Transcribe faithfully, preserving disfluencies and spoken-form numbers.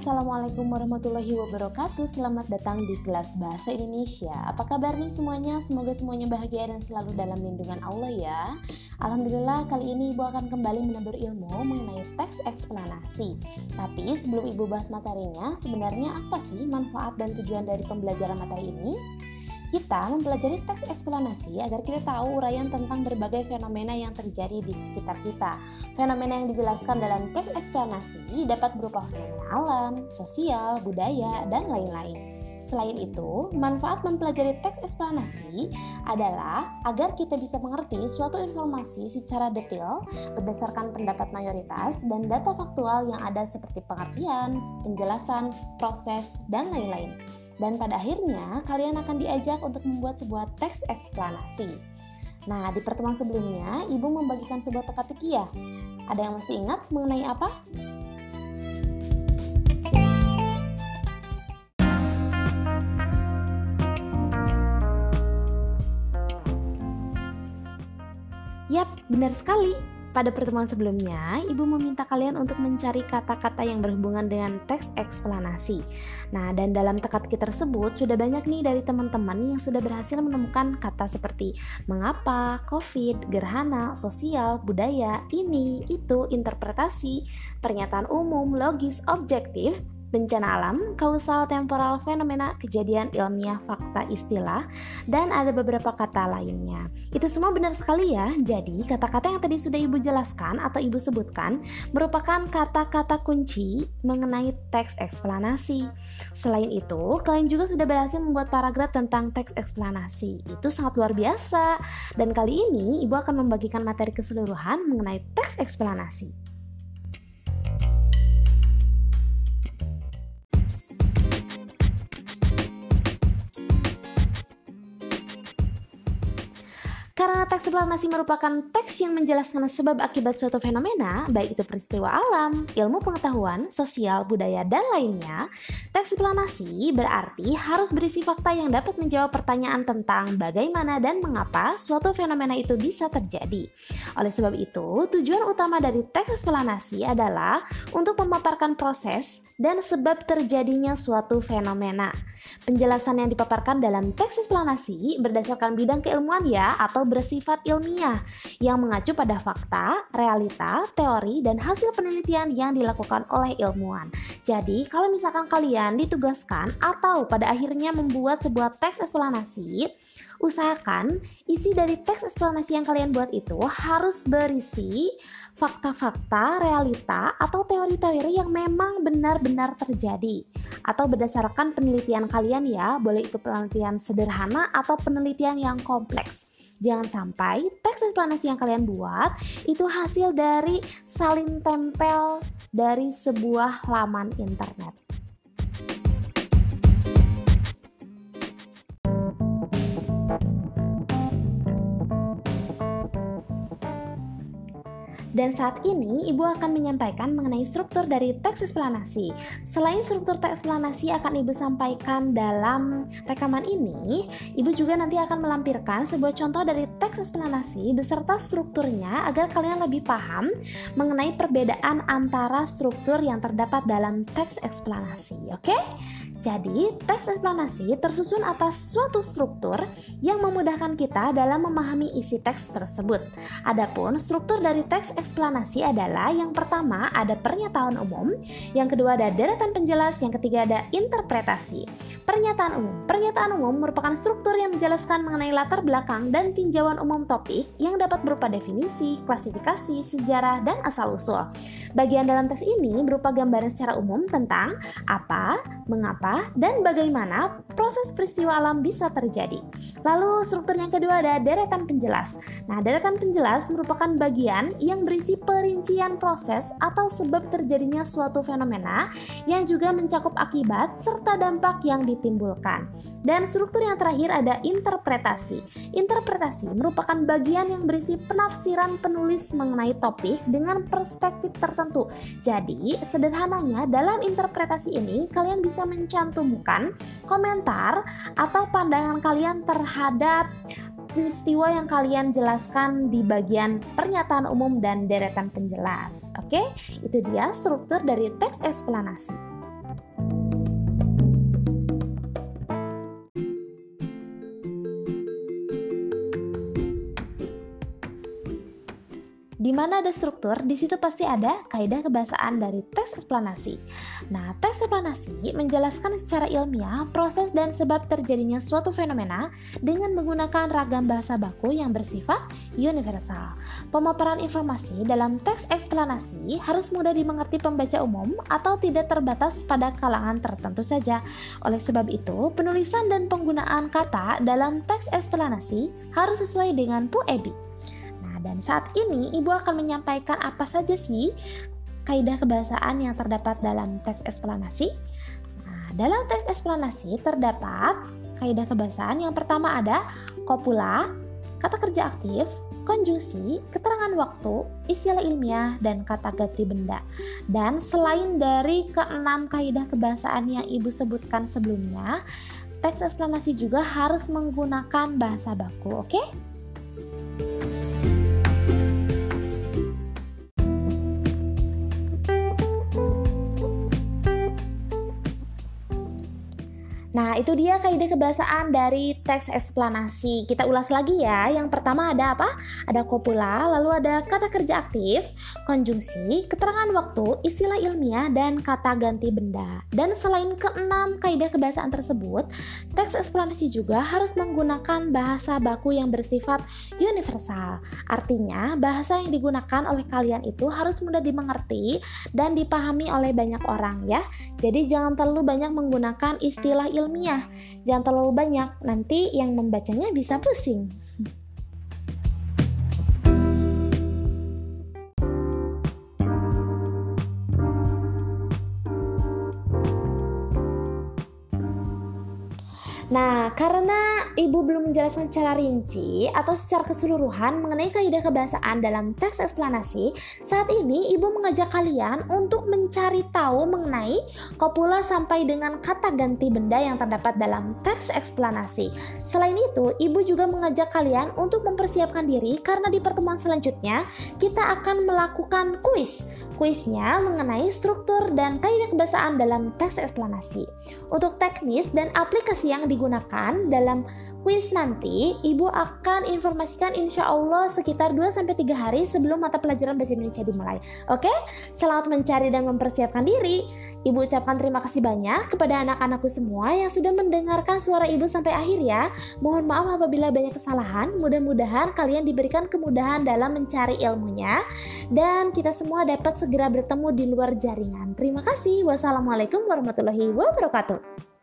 Assalamualaikum warahmatullahi wabarakatuh. Selamat datang di kelas Bahasa Indonesia. Apa kabar nih semuanya? Semoga semuanya bahagia dan selalu dalam lindungan Allah ya. Alhamdulillah, kali ini Ibu akan kembali menabur ilmu mengenai teks eksplanasi. Tapi sebelum Ibu bahas materinya, sebenarnya apa sih manfaat dan tujuan dari pembelajaran materi ini? Kita mempelajari teks eksplanasi agar kita tahu uraian tentang berbagai fenomena yang terjadi di sekitar kita. Fenomena yang dijelaskan dalam teks eksplanasi dapat berupa fenomena alam, sosial, budaya, dan lain-lain. Selain itu, manfaat mempelajari teks eksplanasi adalah agar kita bisa mengerti suatu informasi secara detail berdasarkan pendapat mayoritas dan data faktual yang ada seperti pengertian, penjelasan, proses, dan lain-lain. Dan pada akhirnya, kalian akan diajak untuk membuat sebuah teks eksplanasi. Nah, di pertemuan sebelumnya, Ibu membagikan sebuah teka-teki ya. Ada yang masih ingat mengenai apa? Yap, benar sekali. Pada pertemuan sebelumnya, Ibu meminta kalian untuk mencari kata-kata yang berhubungan dengan teks eksplanasi. Nah, dan dalam teka-teki tersebut sudah banyak nih dari teman-teman yang sudah berhasil menemukan kata seperti mengapa, COVID, gerhana, sosial, budaya, ini, itu, interpretasi, pernyataan umum, logis, objektif, bencana alam, kausal, temporal, fenomena, kejadian, ilmiah, fakta, istilah, dan ada beberapa kata lainnya. Itu semua benar sekali ya. Jadi, kata-kata yang tadi sudah Ibu jelaskan atau Ibu sebutkan merupakan kata-kata kunci mengenai teks eksplanasi. Selain itu, kalian juga sudah berhasil membuat paragraf tentang teks eksplanasi. Itu sangat luar biasa. Dan kali ini, Ibu akan membagikan materi keseluruhan mengenai teks eksplanasi. Karena teks eksplanasi merupakan teks yang menjelaskan sebab akibat suatu fenomena, baik itu peristiwa alam, ilmu pengetahuan, sosial, budaya, dan lainnya, teks eksplanasi berarti harus berisi fakta yang dapat menjawab pertanyaan tentang bagaimana dan mengapa suatu fenomena itu bisa terjadi. Oleh sebab itu, tujuan utama dari teks eksplanasi adalah untuk memaparkan proses dan sebab terjadinya suatu fenomena. Penjelasan yang dipaparkan dalam teks eksplanasi berdasarkan bidang keilmuan ya, atau bersifat ilmiah yang mengacu pada fakta, realita, teori, dan hasil penelitian yang dilakukan oleh ilmuwan. Jadi, kalau misalkan kalian ditugaskan atau pada akhirnya membuat sebuah teks eksplanasi, usahakan isi dari teks eksplanasi yang kalian buat itu harus berisi fakta-fakta, realita, atau teori-teori yang memang benar-benar terjadi atau berdasarkan penelitian kalian ya, boleh itu penelitian sederhana atau penelitian yang kompleks. Jangan sampai teks eksplanasi yang kalian buat itu hasil dari salin tempel dari sebuah laman internet. Dan saat ini Ibu akan menyampaikan mengenai struktur dari teks eksplanasi. Selain struktur teks eksplanasi akan Ibu sampaikan dalam rekaman ini, Ibu juga nanti akan melampirkan sebuah contoh dari teks eksplanasi beserta strukturnya agar kalian lebih paham mengenai perbedaan antara struktur yang terdapat dalam teks eksplanasi. Oke? Jadi, teks eksplanasi tersusun atas suatu struktur yang memudahkan kita dalam memahami isi teks tersebut. Adapun struktur dari teks eksplanasi adalah yang pertama ada pernyataan umum, yang kedua ada deretan penjelas, yang ketiga ada interpretasi. Pernyataan umum. Pernyataan umum merupakan struktur yang menjelaskan mengenai latar belakang dan tinjauan umum topik yang dapat berupa definisi, klasifikasi, sejarah, dan asal-usul. Bagian dalam teks ini berupa gambaran secara umum tentang apa, mengapa, dan bagaimana proses peristiwa alam bisa terjadi. Lalu struktur yang kedua ada deretan penjelas. Nah, deretan penjelas merupakan bagian yang berisi perincian proses atau sebab terjadinya suatu fenomena yang juga mencakup akibat serta dampak yang ditimbulkan. Dan struktur yang terakhir ada interpretasi. Interpretasi merupakan bagian yang berisi penafsiran penulis mengenai topik dengan perspektif tertentu. Jadi, sederhananya dalam interpretasi ini kalian bisa mencantumkan komentar atau pandangan kalian terhadap peristiwa yang kalian jelaskan di bagian pernyataan umum dan deretan penjelas. Oke, itu dia struktur dari teks eksplanasi. Di mana ada struktur, di situ pasti ada kaidah kebahasaan dari teks eksplanasi. Nah, teks eksplanasi menjelaskan secara ilmiah proses dan sebab terjadinya suatu fenomena dengan menggunakan ragam bahasa baku yang bersifat universal. Pemaparan informasi dalam teks eksplanasi harus mudah dimengerti pembaca umum atau tidak terbatas pada kalangan tertentu saja. Oleh sebab itu, penulisan dan penggunaan kata dalam teks eksplanasi harus sesuai dengan Pu Ebi. Dan saat ini Ibu akan menyampaikan apa saja sih kaidah kebahasaan yang terdapat dalam teks eksplanasi. Nah, dalam teks eksplanasi terdapat kaidah kebahasaan yang pertama ada kopula, kata kerja aktif, konjungsi, keterangan waktu, istilah ilmiah, dan kata ganti benda. Dan selain dari keenam kaidah kebahasaan yang Ibu sebutkan sebelumnya, teks eksplanasi juga harus menggunakan bahasa baku, oke? Okay? Nah, itu dia kaidah kebahasaan dari teks eksplanasi. Kita ulas lagi ya. Yang pertama ada apa? Ada kopula, lalu ada kata kerja aktif, konjungsi, keterangan waktu, istilah ilmiah, dan kata ganti benda. Dan selain keenam kaidah kebahasaan tersebut, teks eksplanasi juga harus menggunakan bahasa baku yang bersifat universal. Artinya, bahasa yang digunakan oleh kalian itu harus mudah dimengerti dan dipahami oleh banyak orang ya. Jadi jangan terlalu banyak menggunakan istilah ilmiah. ilmiah. Jangan terlalu banyak, nanti yang membacanya bisa pusing. Nah, karena Ibu belum menjelaskan secara rinci atau secara keseluruhan mengenai kaidah kebahasaan dalam teks eksplanasi, saat ini Ibu mengajak kalian untuk mencari tahu mengenai kopula sampai dengan kata ganti benda yang terdapat dalam teks eksplanasi. Selain itu, Ibu juga mengajak kalian untuk mempersiapkan diri karena di pertemuan selanjutnya kita akan melakukan kuis. Kuisnya mengenai struktur dan kaidah kebahasaan dalam teks eksplanasi. Untuk teknis dan aplikasi yang digunakan dalam kuis nanti, Ibu akan informasikan insya Allah sekitar dua sampai tiga hari sebelum mata pelajaran Bahasa Indonesia dimulai. Oke? Selamat mencari dan mempersiapkan diri. Ibu ucapkan terima kasih banyak kepada anak-anakku semua yang sudah mendengarkan suara Ibu sampai akhir ya. Mohon maaf apabila banyak kesalahan. Mudah-mudahan kalian diberikan kemudahan dalam mencari ilmunya dan kita semua dapat segera bertemu di luar jaringan. Terima kasih. Wassalamualaikum warahmatullahi wabarakatuh.